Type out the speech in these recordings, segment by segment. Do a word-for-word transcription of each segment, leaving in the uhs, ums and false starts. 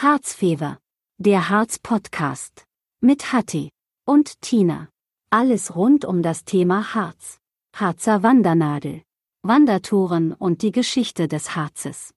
Harzfever, der Harz-Podcast. Mit Hatti und Tina. Alles rund um das Thema Harz. Harzer Wandernadel, Wandertouren und die Geschichte des Harzes.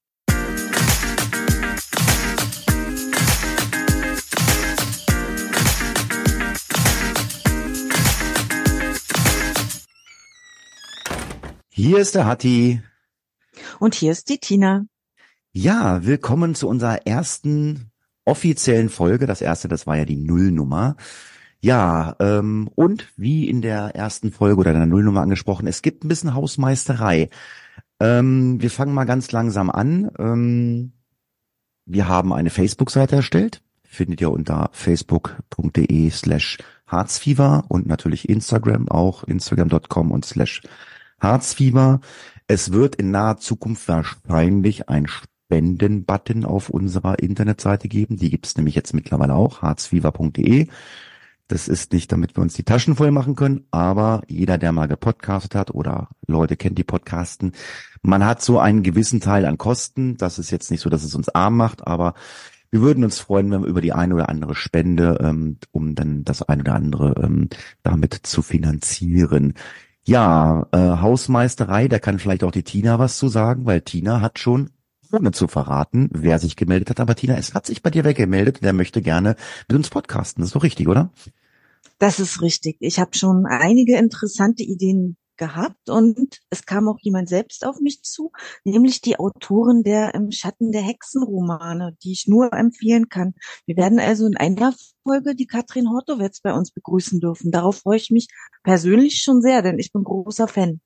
Hier ist der Hatti. Und hier ist die Tina. Ja, willkommen zu unserer ersten offiziellen Folge. Das erste, das war ja die Nullnummer. Ja, ähm, und wie in der ersten Folge oder in der Nullnummer angesprochen, es gibt ein bisschen Hausmeisterei. Ähm, wir fangen mal ganz langsam an. Ähm, wir haben eine Facebook-Seite erstellt. Findet ihr unter facebook.de slash Harzfieber und natürlich Instagram, auch instagram punkt com und slash Harzfieber. Es wird in naher Zukunft wahrscheinlich ein Spenden-Button auf unserer Internetseite geben. Die gibt es nämlich jetzt mittlerweile auch, harzfieber punkt de. Das ist nicht, damit wir uns die Taschen voll machen können, aber jeder, der mal gepodcastet hat oder Leute kennt, die podcasten, man hat so einen gewissen Teil an Kosten. Das ist jetzt nicht so, dass es uns arm macht, aber wir würden uns freuen, wenn wir über die eine oder andere Spende, ähm, um dann das eine oder andere ähm, damit zu finanzieren. Ja, äh, Hausmeisterei, da kann vielleicht auch die Tina was zu sagen, weil Tina hat schon, ohne zu verraten, wer sich gemeldet hat. Aber Tina, es hat sich bei dir wer gemeldet, der möchte gerne mit uns podcasten. Das ist doch richtig, oder? Das ist richtig. Ich habe schon einige interessante Ideen gehabt und es kam auch jemand selbst auf mich zu, nämlich die Autorin der Im Schatten der Hexen Romane, die ich nur empfehlen kann. Wir werden also in einer Folge die Katrin Hortowetz bei uns begrüßen dürfen. Darauf freue ich mich persönlich schon sehr, denn ich bin großer Fan.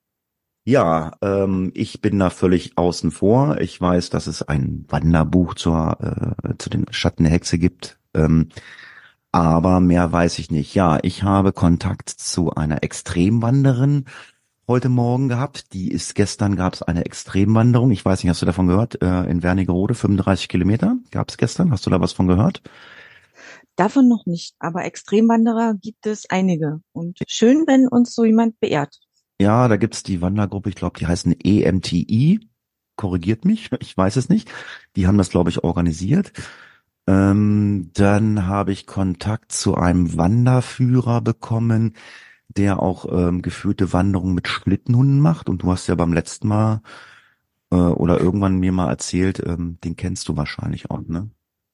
Ja, ähm, ich bin da völlig außen vor. Ich weiß, dass es ein Wanderbuch zur, äh, zu den Schatten der Hexe gibt. Ähm, aber mehr weiß ich nicht. Ja, ich habe Kontakt zu einer Extremwanderin heute Morgen gehabt. Die ist gestern, gab es eine Extremwanderung. Ich weiß nicht, hast du davon gehört? Äh, in Wernigerode, fünfunddreißig Kilometer gab es gestern. Hast du da was von gehört? Davon noch nicht, aber Extremwanderer gibt es einige. Und schön, wenn uns so jemand beehrt. Ja, da gibt's die Wandergruppe, ich glaube, die heißen E M T I. Korrigiert mich, ich weiß es nicht. Die haben das, glaube ich, organisiert. Ähm, dann habe ich Kontakt zu einem Wanderführer bekommen, der auch ähm, geführte Wanderungen mit Schlittenhunden macht. Und du hast ja beim letzten Mal äh, oder irgendwann mir mal erzählt, ähm, den kennst du wahrscheinlich auch, ne?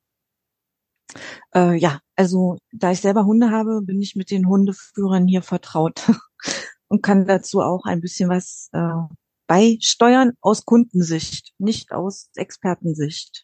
Äh, ja, also da ich selber Hunde habe, bin ich mit den Hundeführern hier vertraut und kann dazu auch ein bisschen was äh, beisteuern aus Kundensicht, nicht aus Expertensicht.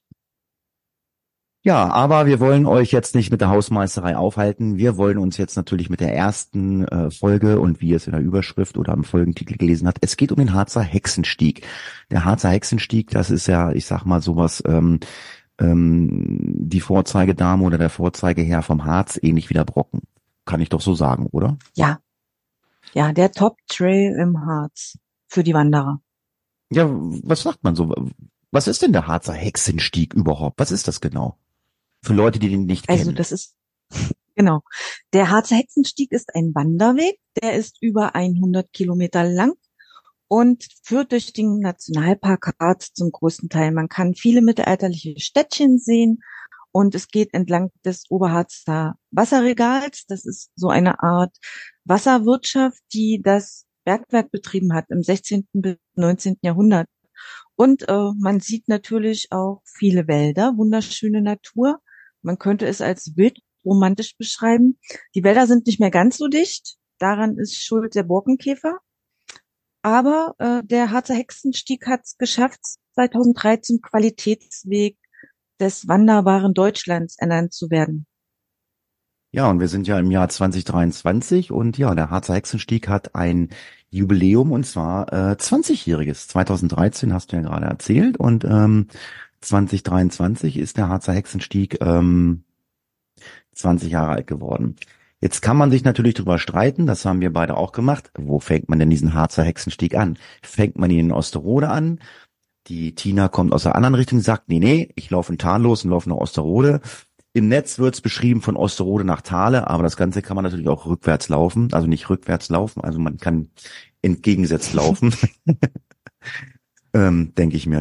Ja, aber wir wollen euch jetzt nicht mit der Hausmeisterei aufhalten. Wir wollen uns jetzt natürlich mit der ersten äh, Folge und wie ihr es in der Überschrift oder am Folgentitel gelesen habt, es geht um den Harzer Hexenstieg. Der Harzer Hexenstieg, das ist ja, ich sag mal sowas, ähm, ähm, die Vorzeigedame oder der Vorzeigeherr vom Harz, ähnlich wie der Brocken. Kann ich doch so sagen, oder? Ja, ja, der Top-Trail im Harz für die Wanderer. Ja, was sagt man so? Was ist denn der Harzer Hexenstieg überhaupt? Was ist das genau? Für Leute, die den nicht kennen. Also das ist, genau, der Harzer Hexenstieg ist ein Wanderweg, der ist über hundert Kilometer lang und führt durch den Nationalpark Harz zum größten Teil. Man kann viele mittelalterliche Städtchen sehen und es geht entlang des Oberharzer Wasserregals. Das ist so eine Art Wasserwirtschaft, die das Bergwerk betrieben hat im sechzehnten bis neunzehnten Jahrhundert. Und äh, man sieht natürlich auch viele Wälder, wunderschöne Natur. Man könnte es als wildromantisch beschreiben. Die Wälder sind nicht mehr ganz so dicht. Daran ist schuld der Borkenkäfer. Aber äh, der Harzer Hexenstieg hat es geschafft, zweitausenddrei zum Qualitätsweg des wanderbaren Deutschlands ernannt zu werden. Ja, und wir sind ja im Jahr zwanzig dreiundzwanzig und ja, der Harzer Hexenstieg hat ein Jubiläum und zwar äh, zwanzigjähriges. zweitausenddreizehn hast du ja gerade erzählt und ähm, zwanzig dreiundzwanzig ist der Harzer Hexenstieg ähm, zwanzig Jahre alt geworden. Jetzt kann man sich natürlich drüber streiten, das haben wir beide auch gemacht. Wo fängt man denn diesen Harzer Hexenstieg an? Fängt man ihn in Osterode an? Die Tina kommt aus der anderen Richtung, sagt, nee, nee, ich laufe in Tarnlos und laufe nach Osterode. Im Netz wird's beschrieben von Osterode nach Thale, aber das Ganze kann man natürlich auch rückwärts laufen, also nicht rückwärts laufen, also man kann entgegengesetzt laufen, ähm, denke ich mir, ne?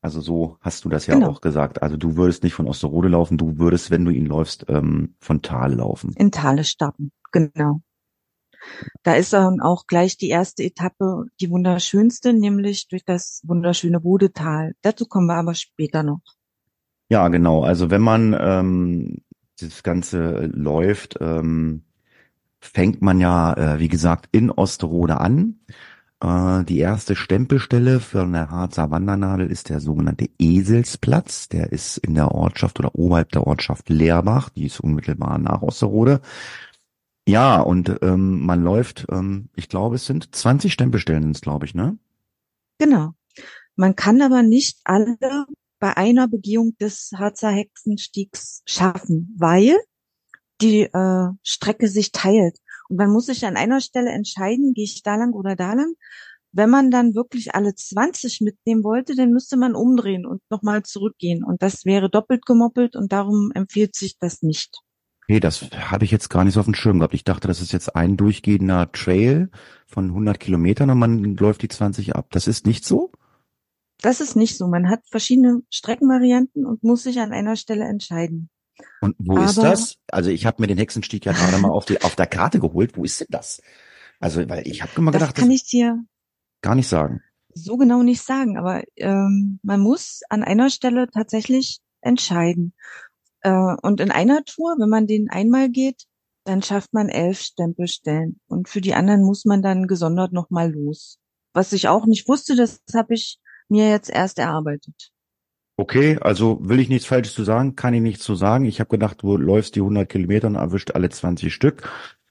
Also so hast du das ja Genau, auch gesagt. Also du würdest nicht von Osterode laufen, du würdest, wenn du ihn läufst, ähm, von Thale laufen. in Thale starten. Genau. Da ist dann auch gleich die erste Etappe, die wunderschönste, nämlich durch das wunderschöne Bodetal. Dazu kommen wir aber später noch. Ja, genau. Also wenn man ähm, das Ganze läuft, ähm, fängt man ja, äh, wie gesagt, in Osterode an. Äh, die erste Stempelstelle für eine Harzer Wandernadel ist der sogenannte Eselsplatz. Der ist in der Ortschaft oder oberhalb der Ortschaft Leerbach. Die ist unmittelbar nach Osterode. Ja, und ähm, man läuft, ähm, ich glaube, es sind zwanzig Stempelstellen, sind's, glaube ich, ne? Genau. Man kann aber nicht alle bei einer Begehung des Harzer Hexenstiegs schaffen, weil die äh, Strecke sich teilt. Und man muss sich an einer Stelle entscheiden, gehe ich da lang oder da lang. Wenn man dann wirklich alle zwanzig mitnehmen wollte, dann müsste man umdrehen und nochmal zurückgehen. Und das wäre doppelt gemoppelt und darum empfiehlt sich das nicht. Nee, das habe ich jetzt gar nicht so auf dem Schirm gehabt. Ich dachte, das ist jetzt ein durchgehender Trail von hundert Kilometern und man läuft die zwanzig ab. Das ist nicht so? Das ist nicht so. Man hat verschiedene Streckenvarianten und muss sich an einer Stelle entscheiden. Und wo ist Aber das? Also ich habe mir den Hexenstieg ja gerade mal auf die auf der Karte geholt. Wo ist denn das? Also, weil ich habe immer das gedacht, kann das ich dir gar nicht sagen. so genau nicht sagen. Aber ähm, man muss an einer Stelle tatsächlich entscheiden. Äh, und in einer Tour, wenn man den einmal geht, dann schafft man elf Stempelstellen. Und für die anderen muss man dann gesondert nochmal los. Was ich auch nicht wusste, das habe ich mir jetzt erst erarbeitet. Okay, also will ich nichts Falsches zu sagen, kann ich nichts zu sagen. Ich habe gedacht, du läufst die hundert Kilometer und erwischt alle zwanzig Stück.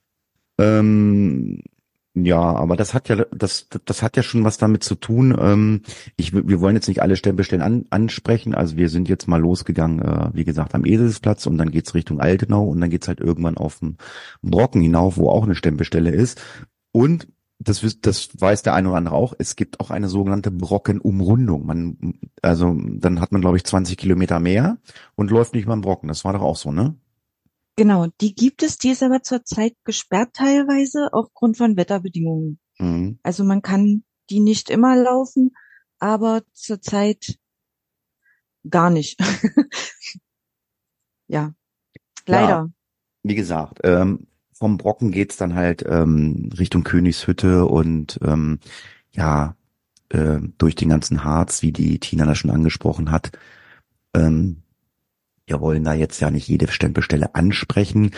Ähm, ja, aber das hat ja, das, das hat ja schon was damit zu tun. Ähm, ich, wir wollen jetzt nicht alle Stempelstellen an, ansprechen. Also wir sind jetzt mal losgegangen, äh, wie gesagt, am Eselsplatz und dann geht's Richtung Altenau und dann geht's halt irgendwann auf den Brocken hinauf, wo auch eine Stempelstelle ist. Und das, wis- das weiß der eine oder andere auch. Es gibt auch eine sogenannte Brockenumrundung. Man, also dann hat man, glaube ich, zwanzig Kilometer mehr und läuft nicht über den Brocken. Das war doch auch so, ne? Genau, die gibt es, die ist aber zurzeit gesperrt teilweise aufgrund von Wetterbedingungen. Mhm. Also man kann die nicht immer laufen, aber zurzeit gar nicht. Ja, Ja, leider. wie gesagt, ähm, vom Brocken geht's dann halt ähm, Richtung Königshütte und ähm, ja, äh, durch den ganzen Harz, wie die Tina da schon angesprochen hat. Ähm, wir wollen da jetzt ja nicht jede Stempelstelle ansprechen.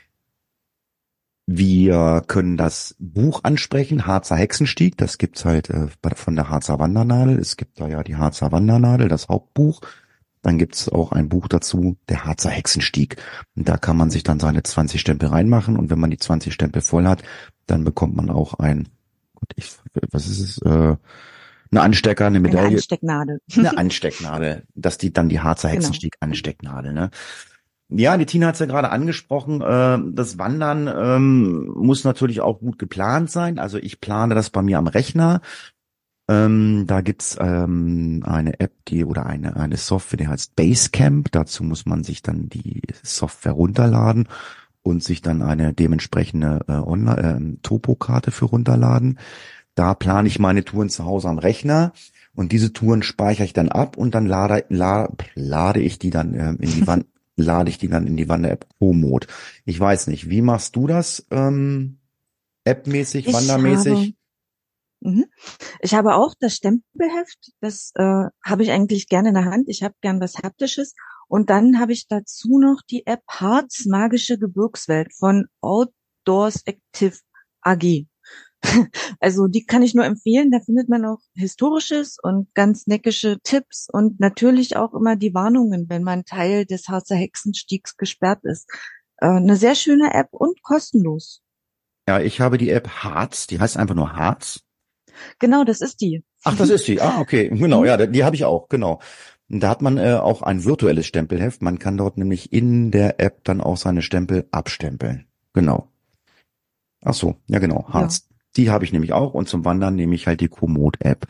Wir können das Buch ansprechen, Harzer Hexenstieg. Das gibt's halt äh, bei- von der Harzer Wandernadel. Es gibt da ja die Harzer Wandernadel, das Hauptbuch. Dann gibt's auch ein Buch dazu, der Harzer Hexenstieg. Und da kann man sich dann seine zwanzig Stempel reinmachen. Und wenn man die zwanzig Stempel voll hat, dann bekommt man auch ein, gut, ich, was ist es, äh, eine Anstecker, eine Eine Medaille, Anstecknadel. eine Anstecknadel. Das die dann die Harzer Genau. Hexenstieg Anstecknadel, ne? Ja, die Tina hat es ja gerade angesprochen. Äh, das Wandern ähm, muss natürlich auch gut geplant sein. Also ich plane das bei mir am Rechner. Ähm, da gibt's ähm, eine App, die oder eine eine Software, die heißt Basecamp. Dazu muss man sich dann die Software runterladen und sich dann eine dementsprechende äh, Online ähm, Topokarte für runterladen. Da plane ich meine Touren zu Hause am Rechner und diese Touren speichere ich dann ab und dann lade, la, lade ich die dann ähm, in die Wand, lade ich die dann in die Wander-App Komoot. Ich weiß nicht, wie machst du das ähm, App-mäßig, Ich habe, Wandermäßig? mhm. Ich habe auch das Stempelheft. Das äh, habe ich eigentlich gerne in der Hand. Ich habe gern was Haptisches. Und dann habe ich dazu noch die App Harz Magische Gebirgswelt von Outdoors Active A G. Also die kann ich nur empfehlen. Da findet man auch Historisches und ganz neckische Tipps und natürlich auch immer die Warnungen, wenn man Teil des Harzer Hexenstiegs gesperrt ist. Äh, eine sehr schöne App und kostenlos. Ja, ich habe die App Harz, die heißt einfach nur Harz. Genau, das ist die. Ach, das ist die. Ah, okay, genau, ja, die habe ich auch, genau. Und da hat man äh, auch ein virtuelles Stempelheft. Man kann dort nämlich in der App dann auch seine Stempel abstempeln. Genau. Ach so, ja genau, Ja. Harz. Die habe ich nämlich auch und zum Wandern nehme ich halt die Komoot-App.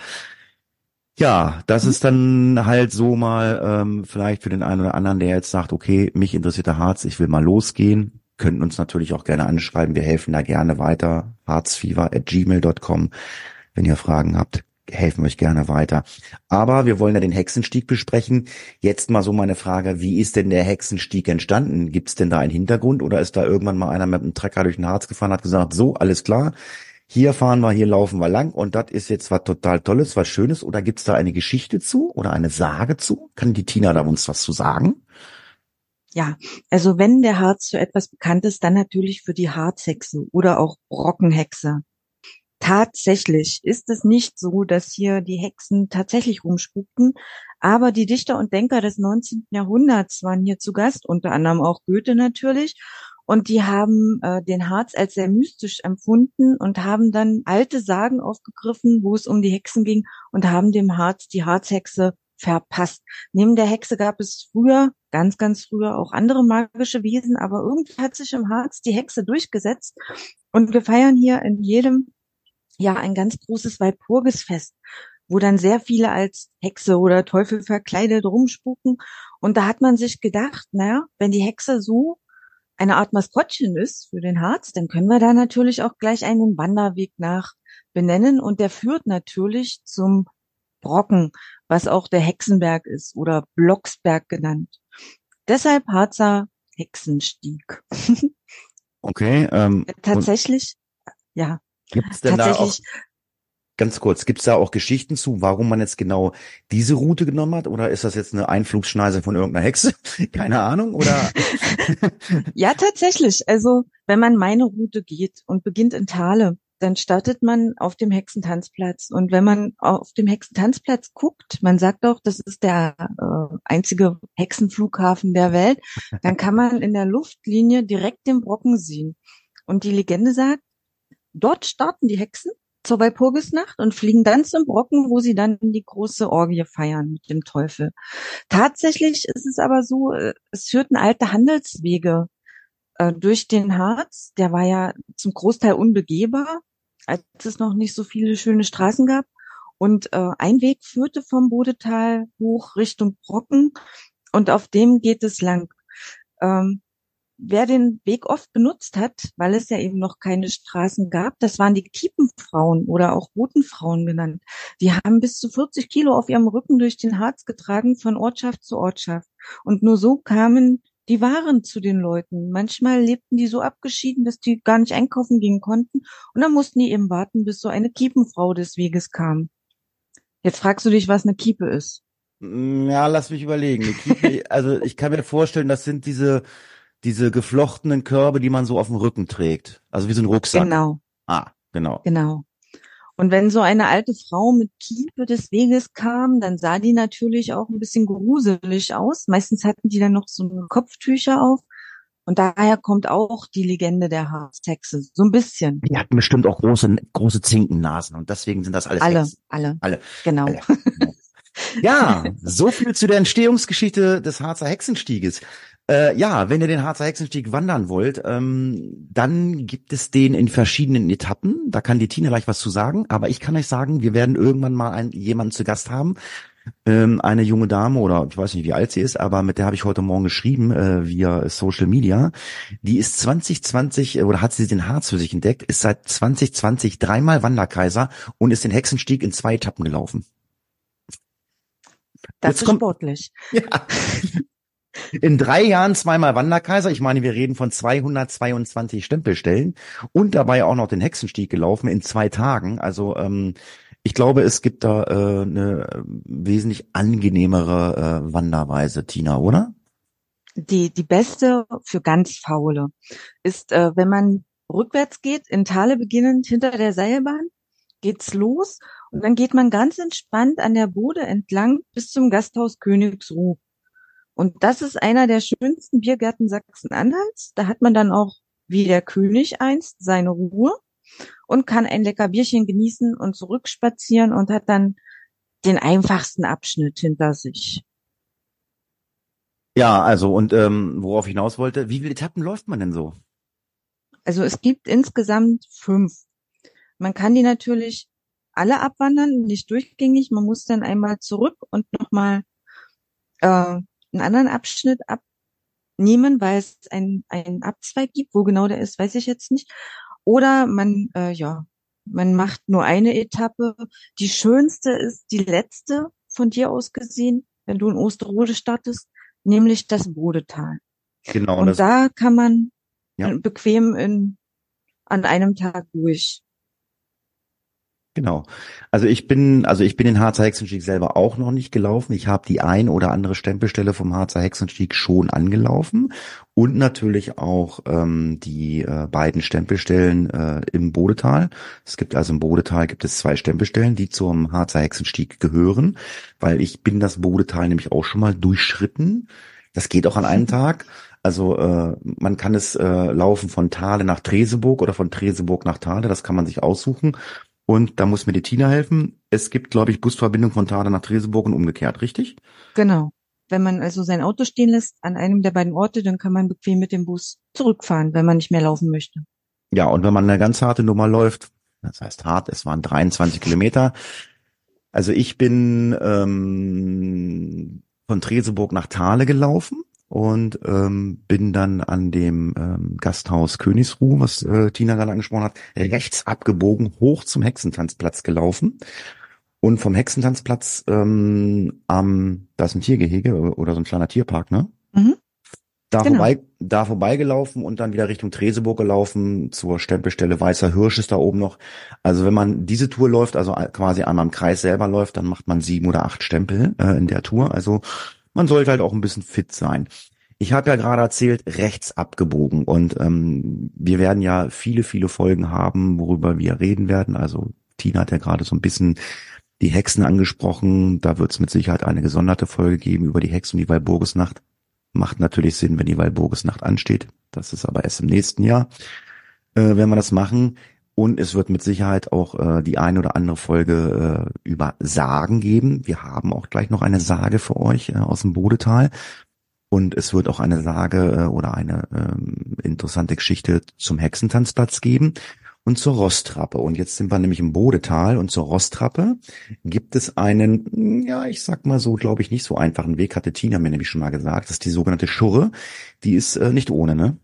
Ja, das Mhm. ist dann halt so mal ähm, vielleicht für den einen oder anderen, der jetzt sagt, okay, mich interessiert der Harz, ich will mal losgehen, könnten uns natürlich auch gerne anschreiben. Wir helfen da gerne weiter. harzfever at gmail punkt com, wenn ihr Fragen habt. helfen euch gerne weiter. Aber wir wollen ja den Hexenstieg besprechen. Jetzt mal so meine Frage, wie ist denn der Hexenstieg entstanden? Gibt es denn da einen Hintergrund oder ist da irgendwann mal einer mit einem Trecker durch den Harz gefahren, hat gesagt, so, alles klar, hier fahren wir, hier laufen wir lang und das ist jetzt was total Tolles, was Schönes? Oder gibt es da eine Geschichte zu oder eine Sage zu? Kann die Tina da uns was zu sagen? Ja, also wenn der Harz für etwas bekannt ist, dann natürlich für die Harzhexe oder auch Brockenhexe. Tatsächlich ist es nicht so, dass hier die Hexen tatsächlich rumspukten, aber die Dichter und Denker des neunzehnten. Jahrhunderts waren hier zu Gast, unter anderem auch Goethe natürlich, und die haben äh, den Harz als sehr mystisch empfunden und haben dann alte Sagen aufgegriffen, wo es um die Hexen ging, und haben dem Harz die Harzhexe verpasst. Neben der Hexe gab es früher, ganz, ganz früher auch andere magische Wesen, aber irgendwie hat sich im Harz die Hexe durchgesetzt und wir feiern hier in jedem ja ein ganz großes Walpurgisfest, wo dann sehr viele als Hexe oder Teufel verkleidet rumspuken. Und da hat man sich gedacht, naja, wenn die Hexe so eine Art Maskottchen ist für den Harz, dann können wir da natürlich auch gleich einen Wanderweg nach benennen. Und der führt natürlich zum Brocken, was auch der Hexenberg ist oder Blocksberg genannt. Deshalb Harzer Hexenstieg. Okay, ähm, und Tatsächlich, ja, gibt's denn da auch, tatsächlich. ganz kurz, gibt's da auch Geschichten zu, warum man jetzt genau diese Route genommen hat? Oder ist das jetzt eine Einflugschneise von irgendeiner Hexe? Keine Ahnung, oder? Ja, tatsächlich. Also, wenn man meine Route geht und beginnt in Thale, dann startet man auf dem Hexentanzplatz. Und wenn man auf dem Hexentanzplatz guckt, man sagt auch, das ist der äh, einzige Hexenflughafen der Welt, dann kann man in der Luftlinie direkt den Brocken sehen. Und die Legende sagt, dort starten die Hexen zur Walpurgisnacht und fliegen dann zum Brocken, wo sie dann die große Orgie feiern mit dem Teufel. Tatsächlich ist es aber so, äh, es führten alte Handelswege äh, durch den Harz. Der war ja zum Großteil unbegehbar, als es noch nicht so viele schöne Straßen gab. Und äh, ein Weg führte vom Bodetal hoch Richtung Brocken und auf dem geht es lang. Ähm, Wer den Weg oft benutzt hat, weil es ja eben noch keine Straßen gab, das waren die Kiepenfrauen oder auch Botenfrauen genannt. Die haben bis zu vierzig Kilo auf ihrem Rücken durch den Harz getragen, von Ortschaft zu Ortschaft. Und nur so kamen die Waren zu den Leuten. Manchmal lebten die so abgeschieden, dass die gar nicht einkaufen gehen konnten. Und dann mussten die eben warten, bis so eine Kiepenfrau des Weges kam. Jetzt fragst du dich, was eine Kiepe ist. Mm, Ja, lass mich überlegen. Eine Kiepe, also ich kann mir vorstellen, das sind diese, diese geflochtenen Körbe, die man so auf dem Rücken trägt. Also wie so ein Rucksack. Genau, Ah, genau. genau. Und wenn so eine alte Frau mit Kiepe des Weges kam, dann sah die natürlich auch ein bisschen gruselig aus. Meistens hatten die dann noch so Kopftücher auf. Und daher kommt auch die Legende der Harzhexe. So ein bisschen. Die hatten bestimmt auch große, große Zinkennasen und deswegen sind das alles Alle, Hexen. alle. Alle, Genau. alle. Ja, so viel zu der Entstehungsgeschichte des Harzer Hexenstieges. Äh, ja, wenn ihr den Harzer Hexenstieg wandern wollt, ähm, dann gibt es den in verschiedenen Etappen. Da kann die Tina gleich was zu sagen. Aber ich kann euch sagen, wir werden irgendwann mal einen, jemanden zu Gast haben. Ähm, eine junge Dame oder ich weiß nicht, wie alt sie ist, aber mit der habe ich heute Morgen geschrieben äh, via Social Media. Die ist zwanzig zwanzig äh, oder hat sie den Harz für sich entdeckt, ist seit zwanzig zwanzig dreimal Wanderkaiser und ist den Hexenstieg in zwei Etappen gelaufen. Das Jetzt ist kommt, sportlich. ja, in drei Jahren zweimal Wanderkaiser. Ich meine, wir reden von zweihundertzweiundzwanzig Stempelstellen und dabei auch noch den Hexenstieg gelaufen in zwei Tagen. Also ähm, ich glaube, es gibt da äh, eine äh, wesentlich angenehmere äh, Wanderweise, Tina, oder? Die, die beste für ganz Faule ist, äh, wenn man rückwärts geht, in Thale beginnend hinter der Seilbahn, geht's los und dann geht man ganz entspannt an der Bode entlang bis zum Gasthaus Königsruh. Und das ist einer der schönsten Biergärten Sachsen-Anhalts. Da hat man dann auch, wie der König einst, seine Ruhe und kann ein lecker Bierchen genießen und zurückspazieren und hat dann den einfachsten Abschnitt hinter sich. Ja, also und ähm, worauf ich hinaus wollte, wie viele Etappen läuft man denn so? Also es gibt insgesamt fünf. Man kann die natürlich alle abwandern, nicht durchgängig. Man muss dann einmal zurück und nochmal äh, einen anderen Abschnitt abnehmen, weil es einen, einen Abzweig gibt. Wo genau der ist, weiß ich jetzt nicht. Oder man, äh, ja, Man macht nur eine Etappe. Die schönste ist die letzte von dir aus gesehen, wenn du in Osterode startest, nämlich das Bodetal. Genau, und Und das, da kann man ja. bequem in, an einem Tag durch. Genau. Also ich bin, also ich bin den Harzer Hexenstieg selber auch noch nicht gelaufen. Ich habe die ein oder andere Stempelstelle vom Harzer Hexenstieg schon angelaufen und natürlich auch ähm, die äh, beiden Stempelstellen äh, im Bodetal. Es gibt also im Bodetal gibt es zwei Stempelstellen, die zum Harzer Hexenstieg gehören, weil ich bin das Bodetal nämlich auch schon mal durchschritten. Das geht auch an einem Tag. Also äh, man kann es äh, laufen von Thale nach Treseburg oder von Treseburg nach Thale. Das kann man sich aussuchen. Und da muss mir die Tina helfen. Es gibt, glaube ich, Busverbindung von Thale nach Treseburg und umgekehrt, richtig? Genau. Wenn man also sein Auto stehen lässt an einem der beiden Orte, dann kann man bequem mit dem Bus zurückfahren, wenn man nicht mehr laufen möchte. Ja, und wenn man eine ganz harte Nummer läuft, das heißt hart, es waren dreiundzwanzig Kilometer. Also ich bin ähm, von Treseburg nach Thale gelaufen und ähm, bin dann an dem ähm, Gasthaus Königsruh, was äh, Tina gerade angesprochen hat, rechts abgebogen, hoch zum Hexentanzplatz gelaufen. Und vom Hexentanzplatz ähm, am, da ist ein Tiergehege oder so ein kleiner Tierpark, ne? Mhm, Da genau. vorbei, da vorbeigelaufen und dann wieder Richtung Treseburg gelaufen, zur Stempelstelle Weißer Hirsch ist da oben noch. Also wenn man diese Tour läuft, also quasi einmal im Kreis selber läuft, dann macht man sieben oder acht Stempel äh, in der Tour. Also man sollte halt auch ein bisschen fit sein. Ich habe ja gerade erzählt, rechts abgebogen und ähm, wir werden ja viele, viele Folgen haben, worüber wir reden werden. Also Tina hat ja gerade so ein bisschen die Hexen angesprochen. Da wird es mit Sicherheit eine gesonderte Folge geben über die Hexen und die Walpurgisnacht. Macht natürlich Sinn, wenn die Walpurgisnacht ansteht. Das ist aber erst im nächsten Jahr, äh, wenn wir das machen. Und es wird mit Sicherheit auch äh, die eine oder andere Folge äh, über Sagen geben. Wir haben auch gleich noch eine Sage für euch äh, aus dem Bodetal. Und es wird auch eine Sage äh, oder eine ähm, interessante Geschichte zum Hexentanzplatz geben und zur Rostrappe. Und jetzt sind wir nämlich im Bodetal und zur Rostrappe gibt es einen, ja, ich sag mal so, glaube ich, nicht so einfachen Weg, hatte Tina mir nämlich schon mal gesagt. Das ist die sogenannte Schurre. Die ist äh, nicht ohne, ne?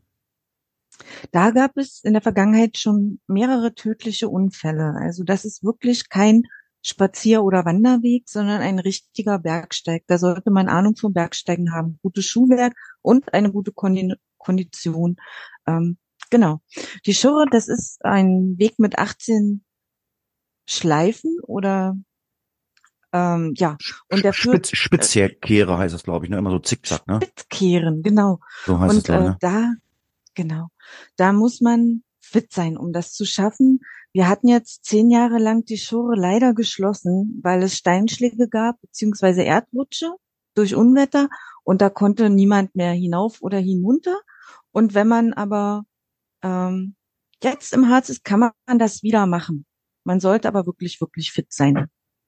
Da gab es in der Vergangenheit schon mehrere tödliche Unfälle. Also das ist wirklich kein Spazier- oder Wanderweg, sondern ein richtiger Bergsteig. Da sollte man Ahnung vom Bergsteigen haben, gutes Schuhwerk und eine gute Kondi- Kondition. Ähm, genau. Die Schurre, das ist ein Weg mit achtzehn Schleifen oder ähm, ja, und der führt Spitz, Spitzkehre heißt das, glaube ich, ne? Immer so zickzack, ne? Spitzkehren, genau. So heißt es, Und glaube ich, äh, ne? da Genau. Da muss man fit sein, um das zu schaffen. Wir hatten jetzt zehn Jahre lang die Schore leider geschlossen, weil es Steinschläge gab, beziehungsweise Erdrutsche durch Unwetter. Und da konnte niemand mehr hinauf oder hinunter. Und wenn man aber ähm, jetzt im Harz ist, kann man das wieder machen. Man sollte aber wirklich, wirklich fit sein.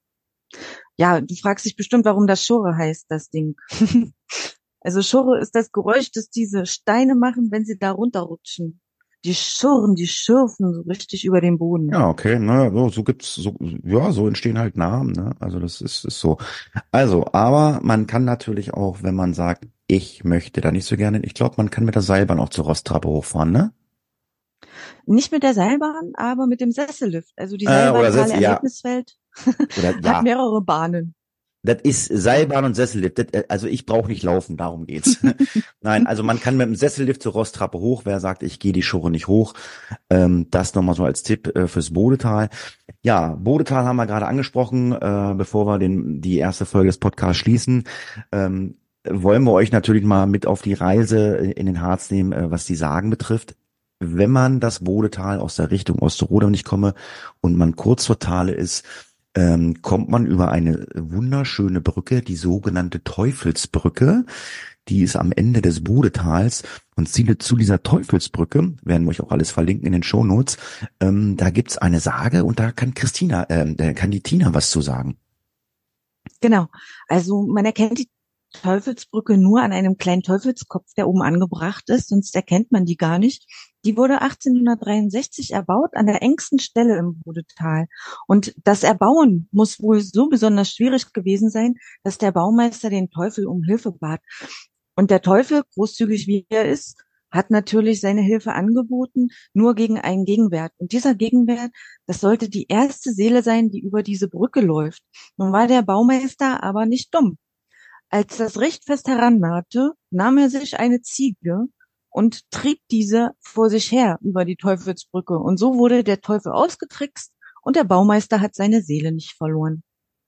Ja, du fragst dich bestimmt, warum das Schore heißt, das Ding. Also Schurre ist das Geräusch, das diese Steine machen, wenn sie da runterrutschen. Die schurren, die schürfen so richtig über den Boden. Ja, okay, ne, so, so gibt's, so, ja, so entstehen halt Namen, ne? Also das ist, ist so. Also, aber man kann natürlich auch, wenn man sagt, ich möchte da nicht so gerne, ich glaube, man kann mit der Seilbahn auch zur Rosttrappe hochfahren, ne? Nicht mit der Seilbahn, aber mit dem Sessellift. Also die Äh, Seilbahn oder Thale Sessel, ja, Erlebniswelt oder hat ja. mehrere Bahnen. Das ist Ja. Seilbahn und Sessellift. Das, äh, also ich brauche nicht laufen, darum geht's. Nein, also man kann mit dem Sessellift zur Rosttrappe hoch. Wer sagt, ich gehe die Schurre nicht hoch, ähm, das nochmal so als Tipp äh, fürs Bodetal. Ja, Bodetal haben wir gerade angesprochen, äh, bevor wir den die erste Folge des Podcasts schließen. Ähm, wollen wir euch natürlich mal mit auf die Reise in den Harz nehmen, äh, was die Sagen betrifft. Wenn man das Bodetal aus der Richtung Osterode nicht komme und man kurz vor Thale ist, ähm, kommt man über eine wunderschöne Brücke, die sogenannte Teufelsbrücke. Die ist am Ende des Bodetals und zu zu dieser Teufelsbrücke, werden wir euch auch alles verlinken in den Shownotes, ähm, da gibt's eine Sage und da kann Christina, ähm, da kann die Tina was zu sagen. Genau. Also man erkennt die Teufelsbrücke nur an einem kleinen Teufelskopf, der oben angebracht ist, sonst erkennt man die gar nicht. Die wurde achtzehnhundertdreiundsechzig erbaut an der engsten Stelle im Bodetal. Und das Erbauen muss wohl so besonders schwierig gewesen sein, dass der Baumeister den Teufel um Hilfe bat. Und der Teufel, großzügig wie er ist, hat natürlich seine Hilfe angeboten, nur gegen einen Gegenwert. Und dieser Gegenwert, das sollte die erste Seele sein, die über diese Brücke läuft. Nun war der Baumeister aber nicht dumm. Als das Richtfest herannahte, nahm er sich eine Ziege und trieb diese vor sich her über die Teufelsbrücke. Und so wurde der Teufel ausgetrickst und der Baumeister hat seine Seele nicht verloren.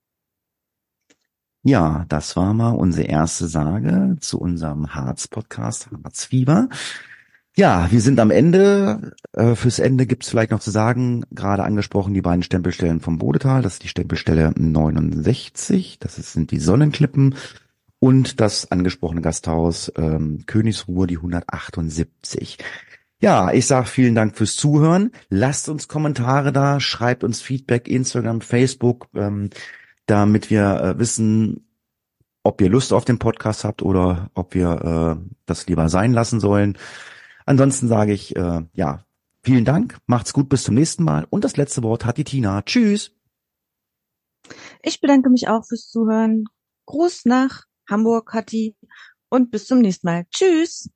Ja, das war mal unsere erste Sage zu unserem Harz-Podcast, Harzfieber. Ja, wir sind am Ende. Äh, fürs Ende gibt's vielleicht noch zu sagen, gerade angesprochen, die beiden Stempelstellen vom Bodetal. Das ist die Stempelstelle neunundsechzig, das sind die Sonnenklippen. Und das angesprochene Gasthaus ähm, Königsruhe, die hundertachtundsiebzig. Ja, ich sage vielen Dank fürs Zuhören. Lasst uns Kommentare da, schreibt uns Feedback, Instagram, Facebook, ähm, damit wir äh, wissen, ob ihr Lust auf den Podcast habt oder ob wir äh, das lieber sein lassen sollen. Ansonsten sage ich, äh, ja, vielen Dank, macht's gut, bis zum nächsten Mal. Und das letzte Wort hat die Tina. Tschüss. Ich bedanke mich auch fürs Zuhören. Gruß nach Hamburg, Hatti, und bis zum nächsten Mal. Tschüss.